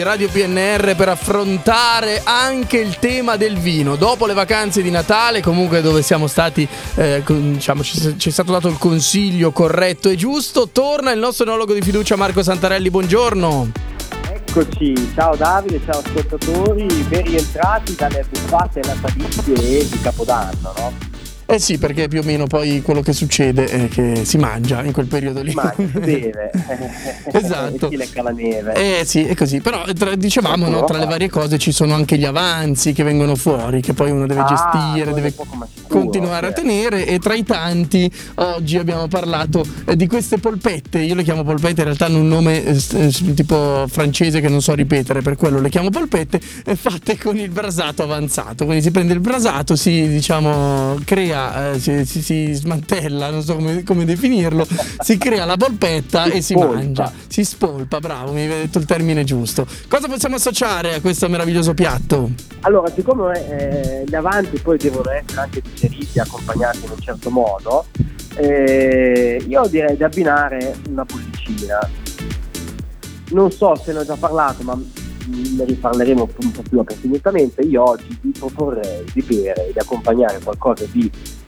Radio PNR per affrontare anche il tema del vino. Dopo le vacanze di Natale, comunque dove siamo stati, diciamo, ci è stato dato il consiglio corretto e giusto, torna il nostro enologo di fiducia Marco Santarelli, buongiorno. Eccoci, ciao Davide, ciao ascoltatori, ben rientrati dalle buffate natalizie e di Capodanno, no? Eh sì, perché più o meno poi quello che succede è che si mangia in quel periodo lì. Si mangia, si beve. Esatto. E si lecca la neve. Sì, è così. Però dicevamo, no, tra le varie cose ci sono anche gli avanzi che vengono fuori, che poi uno deve gestire, deve continuare a tenere. E tra i tanti oggi abbiamo parlato di queste polpette. Io le chiamo polpette, in realtà hanno un nome tipo francese che non so ripetere, per quello le chiamo polpette, fatte con il brasato avanzato. Quindi si prende il brasato, si crea, si smantella, non so come definirlo, si crea la polpetta e si mangia, si spolpa, bravo, mi avete detto il termine giusto. Cosa possiamo associare a questo meraviglioso piatto? Allora, siccome gli avanti poi devono essere anche digeriti, accompagnati in un certo modo, io direi di abbinare una bollicina. Non so se ne ho già parlato, ma ne riparleremo un po' più approfonditamente. Io oggi vi proporrei di bere e di accompagnare qualcosa di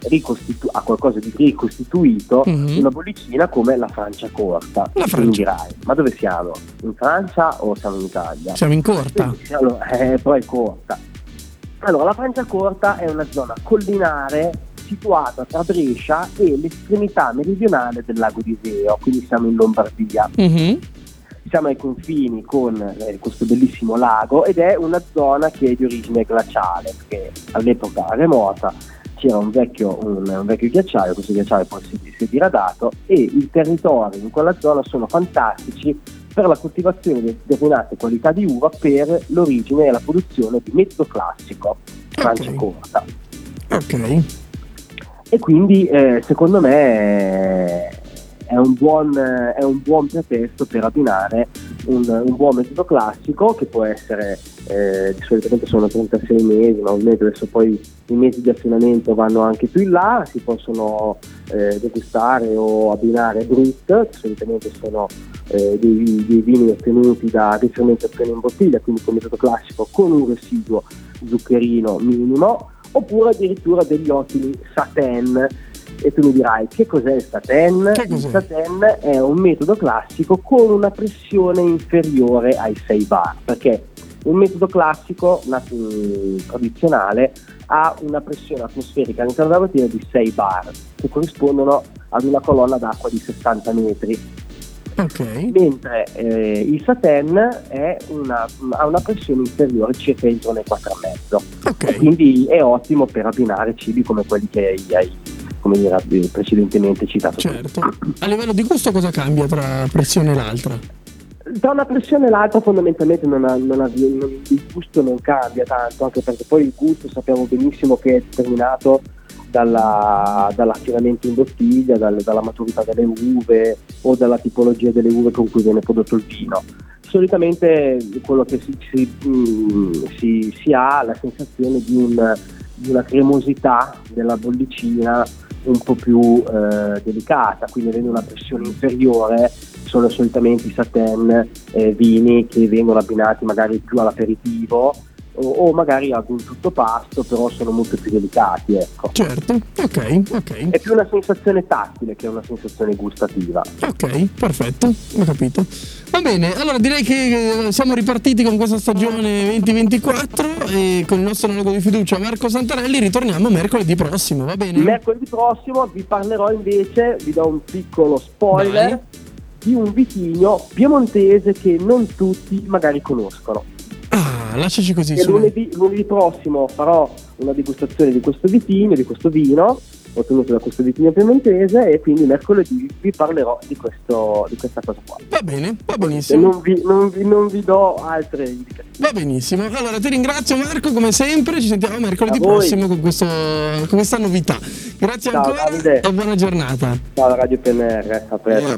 ricostituito, una bollicina come la Francia corta. Tu dirai, ma dove siamo? In Francia o siamo in Italia? Siamo in corta. Poi è corta. Allora, la Francia corta è una zona collinare situata tra Brescia e l'estremità meridionale del lago di Iseo, quindi siamo in Lombardia. Siamo ai confini con questo bellissimo lago ed è una zona che è di origine glaciale, perché all'epoca remota c'era un vecchio ghiacciaio, questo ghiacciaio poi si è diradato, e i territori in quella zona sono fantastici per la coltivazione di determinate qualità di uva per l'origine e la produzione di metodo classico, Francia corta. Ok. E quindi secondo me è un buon pretesto per abbinare un buon metodo classico, che può essere solitamente sono 36 mesi, ma ovviamente adesso poi i mesi di affinamento vanno anche più in là, si possono degustare o abbinare brut, che solitamente sono dei vini ottenuti da rifermentazione in bottiglia, quindi con metodo classico con un residuo zuccherino minimo, oppure addirittura degli ottimi Saten. E tu mi dirai, che cos'è il Saten? Il Saten è un metodo classico con una pressione inferiore ai 6 bar, perché un metodo classico tradizionale ha una pressione atmosferica all'interno della bottiglia di 6 bar, che corrispondono ad una colonna d'acqua di 60 metri. Okay. Mentre il Saten ha una pressione inferiore, circa entro nei 4,5. Okay. E quindi è ottimo per abbinare cibi come quelli che hai precedentemente citato. Certo. A livello di gusto cosa cambia tra pressione e l'altra? Tra una pressione e l'altra fondamentalmente il gusto non cambia tanto, anche perché poi il gusto sappiamo benissimo che è determinato dall'affinamento in bottiglia, dalla maturità delle uve o dalla tipologia delle uve con cui viene prodotto il vino. Solitamente quello che si ha la sensazione di una cremosità della bollicina un po' più delicata, quindi avendo una pressione inferiore sono solitamente i Saten vini che vengono abbinati magari più all'aperitivo o magari ad un tutto pasto, però sono molto più delicati, ecco. Certo, ok. È più una sensazione tattile che una sensazione gustativa. Ok, perfetto, ho capito. Va bene, allora direi che siamo ripartiti con questa stagione 2024 e con il nostro enologo di fiducia Marco Santarelli ritorniamo mercoledì prossimo, va bene? Mercoledì prossimo vi parlerò invece, vi do un piccolo spoiler, di un vitigno piemontese che non tutti magari conoscono. Lasciaci così. Lunedì prossimo farò una degustazione di questo vitigno, di questo vino ottenuto da questo vitigno piemontese, e quindi mercoledì vi parlerò di questa cosa qua. Va bene, va benissimo. Non vi do altre indicazioni. Va benissimo. Allora ti ringrazio Marco, come sempre, ci sentiamo mercoledì prossimo con questa novità. Grazie. Ciao, ancora Davide. E buona giornata. Ciao Radio PNR, a presto.